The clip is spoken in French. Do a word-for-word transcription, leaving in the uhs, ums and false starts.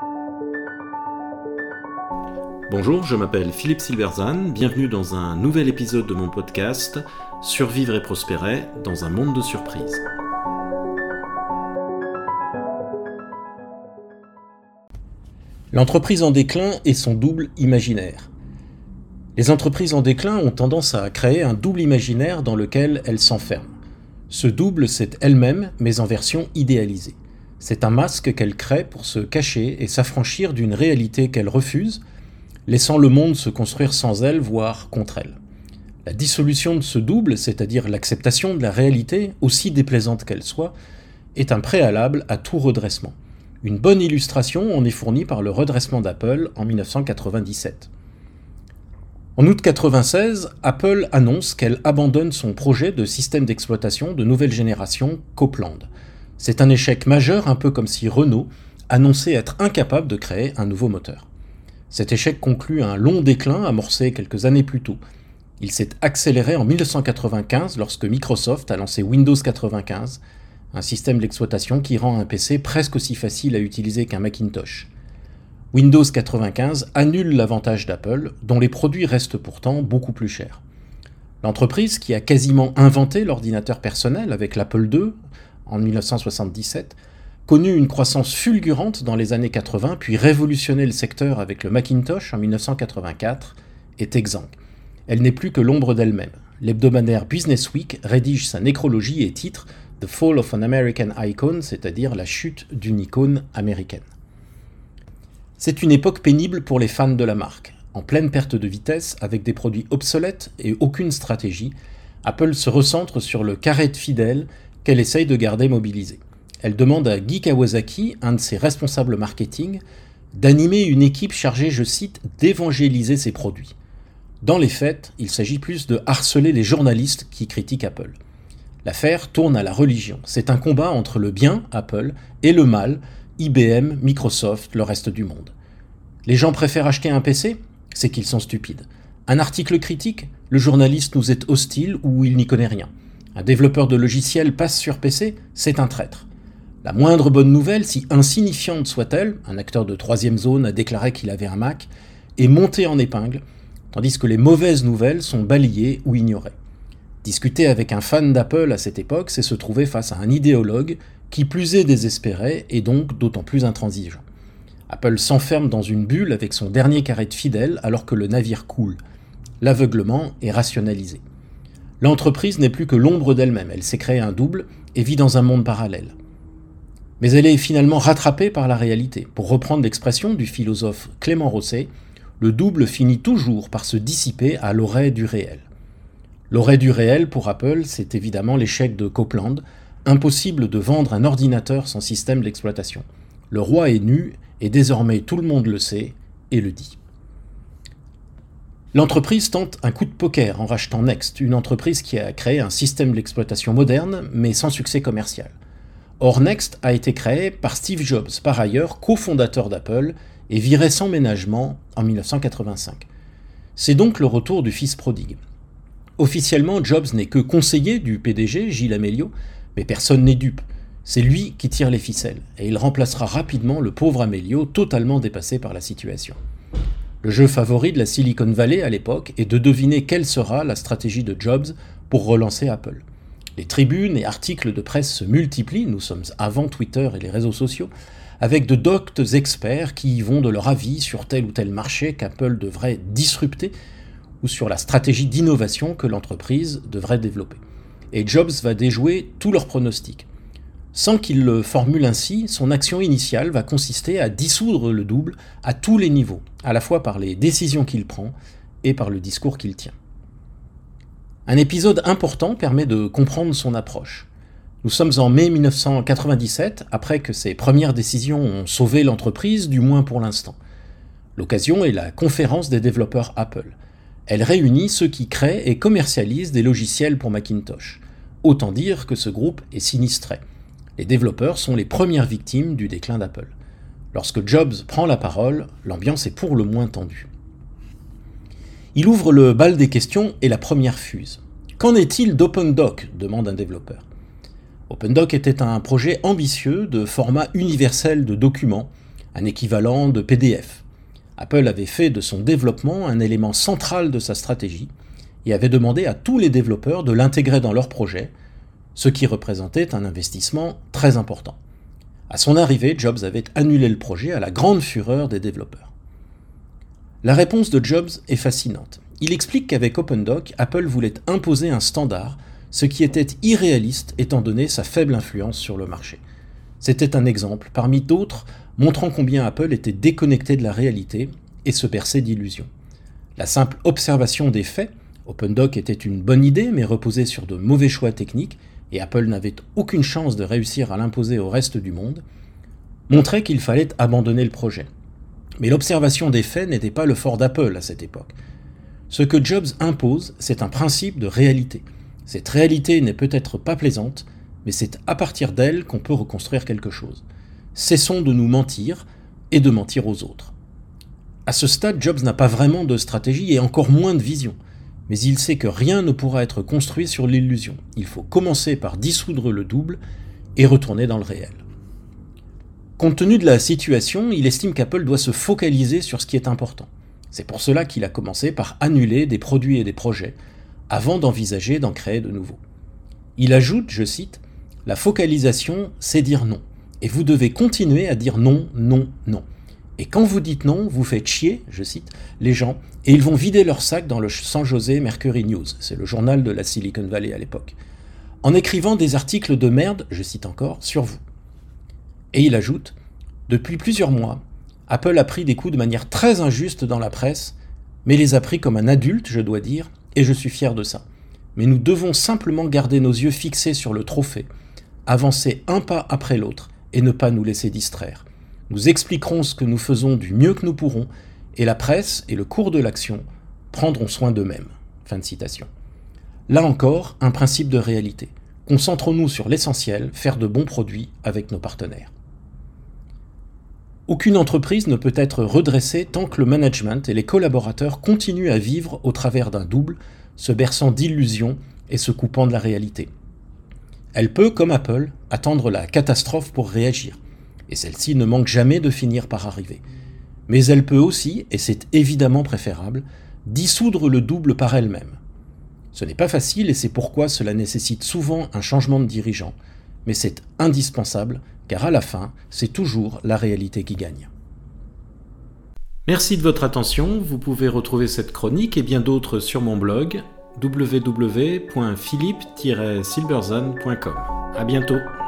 Bonjour, je m'appelle Philippe Silverzan, bienvenue dans un nouvel épisode de mon podcast « Survivre et prospérer dans un monde de surprises ». L'entreprise en déclin et son double imaginaire. Les entreprises en déclin ont tendance à créer un double imaginaire dans lequel elles s'enferment. Ce double, c'est elle-même, mais en version idéalisée. C'est un masque qu'elle crée pour se cacher et s'affranchir d'une réalité qu'elle refuse, laissant le monde se construire sans elle, voire contre elle. La dissolution de ce double, c'est-à-dire l'acceptation de la réalité, aussi déplaisante qu'elle soit, est un préalable à tout redressement. Une bonne illustration en est fournie par le redressement d'Apple en dix-neuf cent quatre-vingt-dix-sept. En août mille neuf cent quatre-vingt-seize, Apple annonce qu'elle abandonne son projet de système d'exploitation de nouvelle génération Copland. C'est un échec majeur, un peu comme si Renault annonçait être incapable de créer un nouveau moteur. Cet échec conclut un long déclin amorcé quelques années plus tôt. Il s'est accéléré en dix-neuf cent quatre-vingt-quinze lorsque Microsoft a lancé Windows quatre-vingt-quinze, un système d'exploitation qui rend un P C presque aussi facile à utiliser qu'un Macintosh. Windows quatre-vingt-quinze annule l'avantage d'Apple, dont les produits restent pourtant beaucoup plus chers. L'entreprise, qui a quasiment inventé l'ordinateur personnel avec l'Apple deux en dix-neuf cent soixante-dix-sept, connut une croissance fulgurante dans les années quatre-vingts, puis révolutionné le secteur avec le Macintosh en dix-neuf cent quatre-vingt-quatre, est exsangue. Elle n'est plus que l'ombre d'elle-même. L'hebdomadaire Business Week rédige sa nécrologie et titre « The Fall of an American Icon », c'est-à-dire la chute d'une icône américaine. C'est une époque pénible pour les fans de la marque. En pleine perte de vitesse, avec des produits obsolètes et aucune stratégie, Apple se recentre sur le carré de fidèles qu'elle essaye de garder mobilisé. Elle demande à Guy Kawasaki, un de ses responsables marketing, d'animer une équipe chargée, je cite, « d'évangéliser ses produits ». Dans les faits, il s'agit plus de harceler les journalistes qui critiquent Apple. L'affaire tourne à la religion. C'est un combat entre le bien, Apple, et le mal, I B M, Microsoft, le reste du monde. Les gens préfèrent acheter un P C ? C'est qu'ils sont stupides. Un article critique ? Le journaliste nous est hostile ou il n'y connaît rien. Un développeur de logiciels passe sur P C ? C'est un traître. La moindre bonne nouvelle, si insignifiante soit-elle, un acteur de troisième zone a déclaré qu'il avait un Mac, est montée en épingle, tandis que les mauvaises nouvelles sont balayées ou ignorées. Discuter avec un fan d'Apple à cette époque, c'est se trouver face à un idéologue qui plus est désespéré et donc d'autant plus intransigeant. Apple s'enferme dans une bulle avec son dernier carré de fidèles alors que le navire coule. L'aveuglement est rationalisé. L'entreprise n'est plus que l'ombre d'elle-même, elle s'est créée un double et vit dans un monde parallèle. Mais elle est finalement rattrapée par la réalité. Pour reprendre l'expression du philosophe Clément Rosset, le double finit toujours par se dissiper à l'orée du réel. L'orée du réel, pour Apple, c'est évidemment l'échec de Copland. Impossible de vendre un ordinateur sans système d'exploitation. Le roi est nu, et désormais tout le monde le sait, et le dit. L'entreprise tente un coup de poker en rachetant Next, une entreprise qui a créé un système d'exploitation moderne, mais sans succès commercial. Or, Next a été créé par Steve Jobs, par ailleurs cofondateur d'Apple, et viré sans ménagement en dix-neuf cent quatre-vingt-cinq. C'est donc le retour du fils prodigue. Officiellement, Jobs n'est que conseiller du P D G, Gilles Amelio, mais personne n'est dupe. C'est lui qui tire les ficelles, et il remplacera rapidement le pauvre Amelio, totalement dépassé par la situation. Le jeu favori de la Silicon Valley à l'époque est de deviner quelle sera la stratégie de Jobs pour relancer Apple. Les tribunes et articles de presse se multiplient, nous sommes avant Twitter et les réseaux sociaux, avec de doctes experts qui y vont de leur avis sur tel ou tel marché qu'Apple devrait disrupter ou sur la stratégie d'innovation que l'entreprise devrait développer. Et Jobs va déjouer tous leurs pronostics. Sans qu'il le formule ainsi, son action initiale va consister à dissoudre le double à tous les niveaux, à la fois par les décisions qu'il prend et par le discours qu'il tient. Un épisode important permet de comprendre son approche. Nous sommes en mai dix-neuf cent quatre-vingt-dix-sept, après que ses premières décisions ont sauvé l'entreprise, du moins pour l'instant. L'occasion est la conférence des développeurs Apple. Elle réunit ceux qui créent et commercialisent des logiciels pour Macintosh. Autant dire que ce groupe est sinistré. Les développeurs sont les premières victimes du déclin d'Apple. Lorsque Jobs prend la parole, l'ambiance est pour le moins tendue. Il ouvre le bal des questions et la première fuse. Qu'en est-il d'OpenDoc ? Demande un développeur. OpenDoc était un projet ambitieux de format universel de documents, un équivalent de P D F. Apple avait fait de son développement un élément central de sa stratégie et avait demandé à tous les développeurs de l'intégrer dans leur projet, ce qui représentait un investissement très important. À son arrivée, Jobs avait annulé le projet à la grande fureur des développeurs. La réponse de Jobs est fascinante. Il explique qu'avec OpenDoc, Apple voulait imposer un standard, ce qui était irréaliste étant donné sa faible influence sur le marché. C'était un exemple, parmi d'autres, montrant combien Apple était déconnecté de la réalité et se berçait d'illusions. La simple observation des faits, OpenDoc était une bonne idée mais reposait sur de mauvais choix techniques, et Apple n'avait aucune chance de réussir à l'imposer au reste du monde, montrait qu'il fallait abandonner le projet. Mais l'observation des faits n'était pas le fort d'Apple à cette époque. Ce que Jobs impose, c'est un principe de réalité. Cette réalité n'est peut-être pas plaisante, mais c'est à partir d'elle qu'on peut reconstruire quelque chose. Cessons de nous mentir et de mentir aux autres. À ce stade, Jobs n'a pas vraiment de stratégie et encore moins de vision. Mais il sait que rien ne pourra être construit sur l'illusion. Il faut commencer par dissoudre le double et retourner dans le réel. Compte tenu de la situation, il estime qu'Apple doit se focaliser sur ce qui est important. C'est pour cela qu'il a commencé par annuler des produits et des projets, avant d'envisager d'en créer de nouveaux. Il ajoute, je cite, « La focalisation, c'est dire non. Et vous devez continuer à dire non, non, non. Et quand vous dites non, vous faites chier, je cite, les gens, et ils vont vider leur sac dans le San Jose Mercury News, c'est le journal de la Silicon Valley à l'époque, en écrivant des articles de merde, je cite encore, sur vous. » Et il ajoute, « Depuis plusieurs mois, Apple a pris des coups de manière très injuste dans la presse, mais les a pris comme un adulte, je dois dire, et je suis fier de ça. Mais nous devons simplement garder nos yeux fixés sur le trophée, avancer un pas après l'autre et ne pas nous laisser distraire. Nous expliquerons ce que nous faisons du mieux que nous pourrons, et la presse et le cours de l'action prendront soin d'eux-mêmes. » Fin de citation. Là encore, un principe de réalité. Concentrons-nous sur l'essentiel, faire de bons produits avec nos partenaires. Aucune entreprise ne peut être redressée tant que le management et les collaborateurs continuent à vivre au travers d'un double, se berçant d'illusions et se coupant de la réalité. Elle peut, comme Apple, attendre la catastrophe pour réagir, et celle-ci ne manque jamais de finir par arriver. Mais elle peut aussi, et c'est évidemment préférable, dissoudre le double par elle-même. Ce n'est pas facile et c'est pourquoi cela nécessite souvent un changement de dirigeant, mais c'est indispensable car à la fin, c'est toujours la réalité qui gagne. Merci de votre attention, vous pouvez retrouver cette chronique et bien d'autres sur mon blog w w w point philippe tiret silberzan point com. À bientôt.